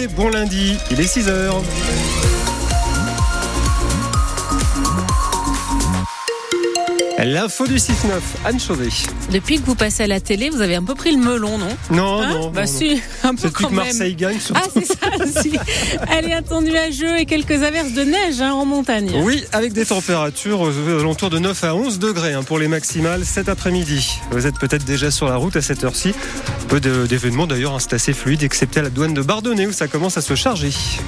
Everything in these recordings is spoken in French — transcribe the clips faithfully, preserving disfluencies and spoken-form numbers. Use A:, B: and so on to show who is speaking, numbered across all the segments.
A: journée, bon lundi, il est six heures. L'info du six neuf, Anne Chauvet.
B: Depuis que vous passez à la télé, vous avez un peu pris le melon, non ?
A: Non,
B: hein
A: non.
B: Bah
A: non,
B: si, un peu
A: c'est
B: quand
A: que
B: même.
A: Marseille gagne surtout.
B: Ah, c'est ça aussi. Allez, un temps nuageux et quelques averses de neige hein, en montagne.
A: Oui, avec des températures aux alentours de neuf à onze degrés hein, pour les maximales cet après-midi. Vous êtes peut-être déjà sur la route à cette heure-ci. Peu de, d'événements d'ailleurs, hein, c'est assez fluide, excepté à la douane de Bardonnay où ça commence à se charger.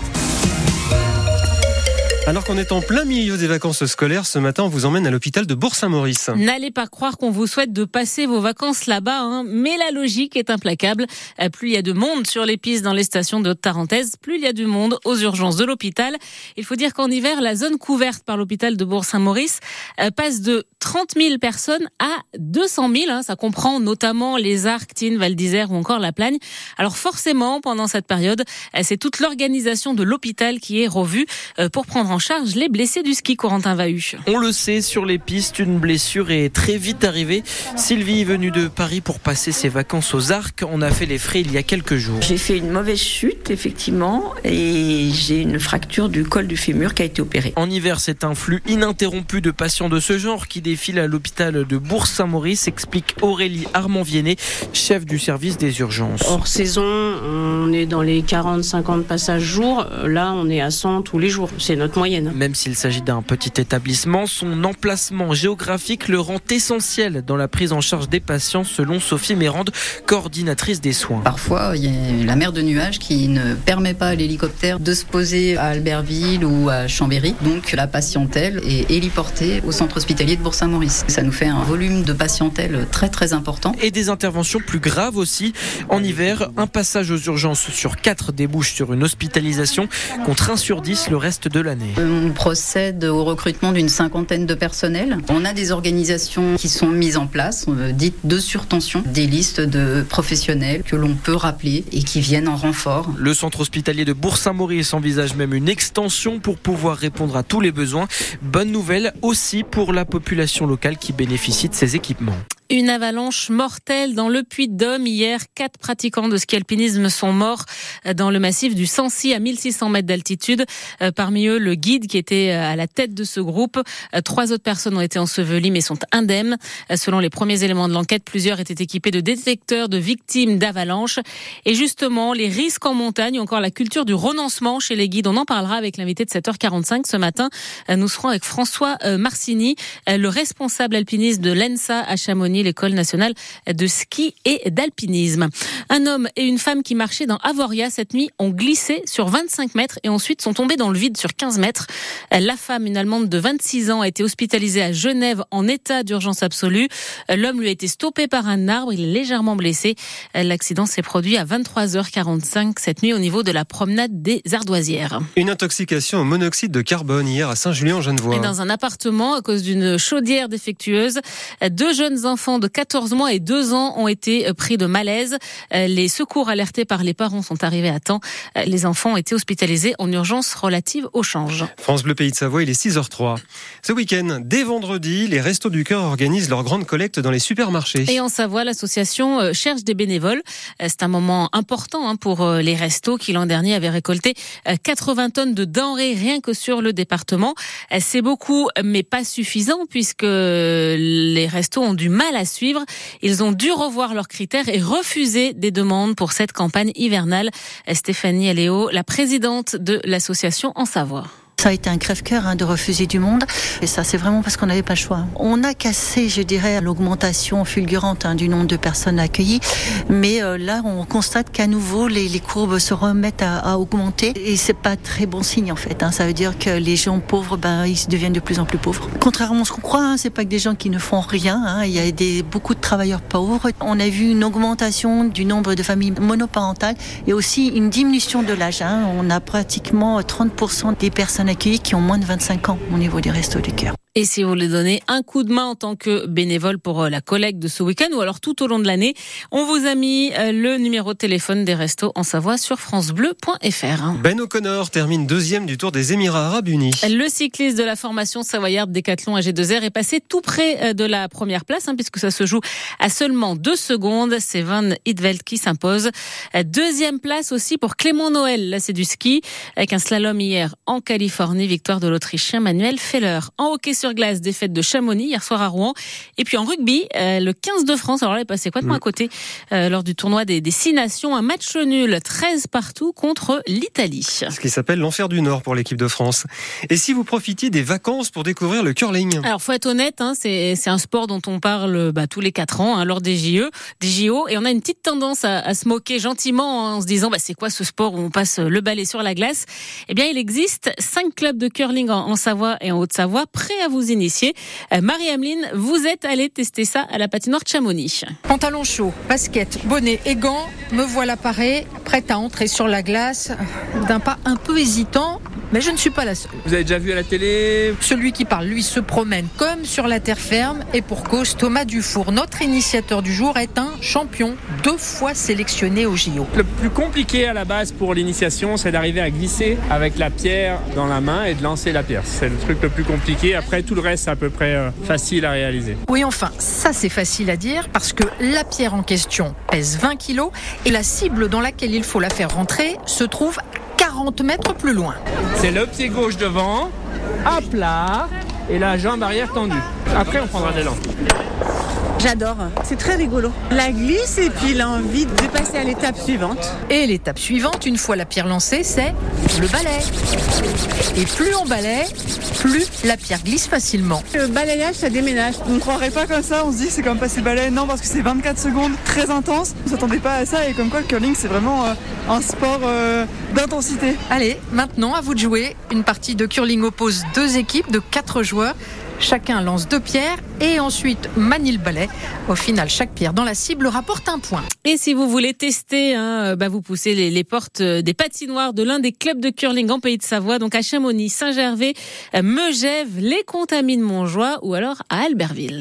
A: Alors qu'on est en plein milieu des vacances scolaires, ce matin, on vous emmène à l'hôpital de Bourg-Saint-Maurice.
B: N'allez pas croire qu'on vous souhaite de passer vos vacances là-bas, hein, mais la logique est implacable. Plus il y a de monde sur les pistes dans les stations de Haute-Tarentaise, plus il y a du monde aux urgences de l'hôpital. Il faut dire qu'en hiver, la zone couverte par l'hôpital de Bourg-Saint-Maurice passe de trente mille personnes à deux cent mille. Hein, ça comprend notamment les Arcs, Tignes, Val d'Isère ou encore la Plagne. Alors forcément, pendant cette période, c'est toute l'organisation de l'hôpital qui est revue pour prendre en en charge les blessés du ski, Corentin Vahu.
C: On le sait, sur les pistes, une blessure est très vite arrivée. Sylvie est venue de Paris pour passer ses vacances aux Arcs. On a fait les frais il y a quelques jours.
D: J'ai fait une mauvaise chute, effectivement, et j'ai une fracture du col du fémur qui a été opérée.
C: En hiver, c'est un flux ininterrompu de patients de ce genre qui défilent à l'hôpital de Bourg-Saint-Maurice, explique Aurélie Armand-Viennet, chef du service des urgences.
E: Hors saison, on est dans les quarante à cinquante passages jour. Là, on est à cent tous les jours. C'est notre moyenne.
C: Même s'il s'agit d'un petit établissement, son emplacement géographique le rend essentiel dans la prise en charge des patients, selon Sophie Mérande, coordinatrice des soins.
F: Parfois, il y a la mer de nuages qui ne permet pas à l'hélicoptère de se poser à Albertville ou à Chambéry. Donc la patientèle est héliportée au centre hospitalier de Bourg-Saint-Maurice. Ça nous fait un volume de patientèle très très important.
C: Et des interventions plus graves aussi. En hiver, un passage aux urgences sur quatre débouche sur une hospitalisation, contre un sur dix le reste de l'année.
F: On procède au recrutement d'une cinquantaine de personnels. On a des organisations qui sont mises en place, dites de surtension, des listes de professionnels que l'on peut rappeler et qui viennent en renfort.
C: Le centre hospitalier de Bourg-Saint-Maurice envisage même une extension pour pouvoir répondre à tous les besoins. Bonne nouvelle aussi pour la population locale qui bénéficie de ces équipements.
B: Une avalanche mortelle dans le Puy-de-Dôme. Hier, quatre pratiquants de ski alpinisme sont morts dans le massif du Sancy à mille six cents mètres d'altitude. Parmi eux, le guide qui était à la tête de ce groupe. Trois autres personnes ont été ensevelies mais sont indemnes. Selon les premiers éléments de l'enquête, plusieurs étaient équipés de détecteurs de victimes d'avalanche. Et justement, les risques en montagne ou encore la culture du renoncement chez les guides. On en parlera avec l'invité de sept heures quarante-cinq ce matin. Nous serons avec François Marcini, le responsable alpiniste de l'E N S A à Chamonix, l'école nationale de ski et d'alpinisme. Un homme et une femme qui marchaient dans Avoria cette nuit ont glissé sur vingt-cinq mètres et ensuite sont tombés dans le vide sur quinze mètres. La femme, une Allemande de vingt-six ans, a été hospitalisée à Genève en état d'urgence absolue. L'homme lui a été stoppé par un arbre, il est légèrement blessé. L'accident s'est produit à vingt-trois heures quarante-cinq cette nuit au niveau de la promenade des Ardoisières.
A: Une intoxication au monoxyde de carbone hier à Saint-Julien-en-Genevois.
B: Et dans un appartement, à cause d'une chaudière défectueuse, deux jeunes enfants de quatorze mois et deux ans ont été pris de malaise. Les secours alertés par les parents sont arrivés à temps. Les enfants ont été hospitalisés en urgence relative au change.
A: France Bleu Pays de Savoie, il est six heures trois. Ce week-end, dès vendredi, les Restos du Cœur organisent leur grande collecte dans les supermarchés.
B: Et en Savoie, l'association cherche des bénévoles. C'est un moment important pour les restos qui l'an dernier avaient récolté quatre-vingts tonnes de denrées rien que sur le département. C'est beaucoup, mais pas suffisant puisque les restos ont du mal à suivre. Ils ont dû revoir leurs critères et refuser des demandes pour cette campagne hivernale. Stéphanie Aléo, la présidente de l'association en Savoie.
G: Ça a été un crève-cœur hein, de refuser du monde. Et ça, c'est vraiment parce qu'on n'avait pas le choix. On a cassé, je dirais, l'augmentation fulgurante hein, du nombre de personnes accueillies. Mais euh, là, on constate qu'à nouveau, les, les courbes se remettent à, à augmenter. Et c'est pas très bon signe, en fait. Hein. Ça veut dire que les gens pauvres, ben, ils deviennent de plus en plus pauvres. Contrairement à ce qu'on croit, hein, c'est pas que des gens qui ne font rien. Hein. Il y a des, beaucoup de travailleurs pauvres. On a vu une augmentation du nombre de familles monoparentales et aussi une diminution de l'âge. Hein. On a pratiquement trente pour cent des personnes accueillis qui ont moins de vingt-cinq ans au niveau des Restos du Cœur.
B: Et si vous voulez donner un coup de main en tant que bénévole pour la collecte de ce week-end ou alors tout au long de l'année, on vous a mis le numéro de téléphone des Restos en Savoie sur francebleu point f r.
A: Ben O'Connor termine deuxième du Tour des Émirats Arabes Unis.
B: Le cycliste de la formation savoyarde Décathlon A G deux R est passé tout près de la première place, hein, puisque ça se joue à seulement deux secondes. C'est Van Hitveld qui s'impose. Deuxième place aussi pour Clément Noël. Là, c'est du ski avec un slalom hier en Californie. Victoire de l'Autrichien Manuel Feller. En hockey sur glace, défaite de Chamonix hier soir à Rouen. Et puis en rugby, euh, le quinze de France. Alors là, il est passé complètement mmh. à côté euh, lors du tournoi des, des six nations. Un match nul, treize partout contre l'Italie.
A: Ce qui s'appelle l'enfer du Nord pour l'équipe de France. Et si vous profitiez des vacances pour découvrir le curling?
B: Alors, faut être honnête, hein, c'est, c'est un sport dont on parle bah, tous les quatre ans hein, lors des J E, des J O. Et on a une petite tendance à, à se moquer gentiment hein, en se disant bah, c'est quoi ce sport où on passe le balai sur la glace? Eh bien, il existe cinq clubs de curling en, en Savoie et en Haute-Savoie prêts à vous initier. Euh, Marie-Ameline, vous êtes allée tester ça à la patinoire de Chamonix.
H: Pantalon chaud, basket, bonnet et gants, me voilà parée, prête à entrer sur la glace, d'un pas un peu hésitant, mais je ne suis pas la seule.
I: Vous avez déjà vu à la télé?
H: Celui qui parle, lui, se promène comme sur la terre ferme, et pour cause, Thomas Dufour, notre initiateur du jour, est un champion, deux fois sélectionné au J O.
I: Le plus compliqué à la base pour l'initiation, c'est d'arriver à glisser avec la pierre dans la main et de lancer la pierre. C'est le truc le plus compliqué. Après, tout le reste, c'est à peu près euh, facile à réaliser.
H: Oui, enfin, ça c'est facile à dire parce que la pierre en question pèse vingt kilos et la cible dans laquelle il faut la faire rentrer se trouve quarante mètres plus loin.
I: C'est le pied gauche devant, à plat, et la jambe arrière tendue. Après, on prendra de l'élan.
J: J'adore, c'est très rigolo. La glisse et puis l'envie de passer à l'étape suivante.
H: Et l'étape suivante, une fois la pierre lancée, c'est le balai. Et plus on balaie, plus la pierre glisse facilement.
J: Le balayage, ça déménage.
K: On ne croirait pas comme ça, on se dit que c'est comme passer le balai. Non, parce que c'est vingt-quatre secondes, très intense. On ne s'attendait pas à ça et comme quoi le curling, c'est vraiment euh, un sport euh, d'intensité.
H: Allez, maintenant à vous de jouer. Une partie de curling oppose deux équipes de quatre joueurs. Chacun lance deux pierres et ensuite manie le balai. Au final, chaque pierre dans la cible rapporte un point.
B: Et si vous voulez tester, hein, bah vous poussez les, les portes des patinoires de l'un des clubs de curling en Pays de Savoie, donc à Chamonix, Saint-Gervais, Megève, les Contamines Montjoie ou alors à Albertville.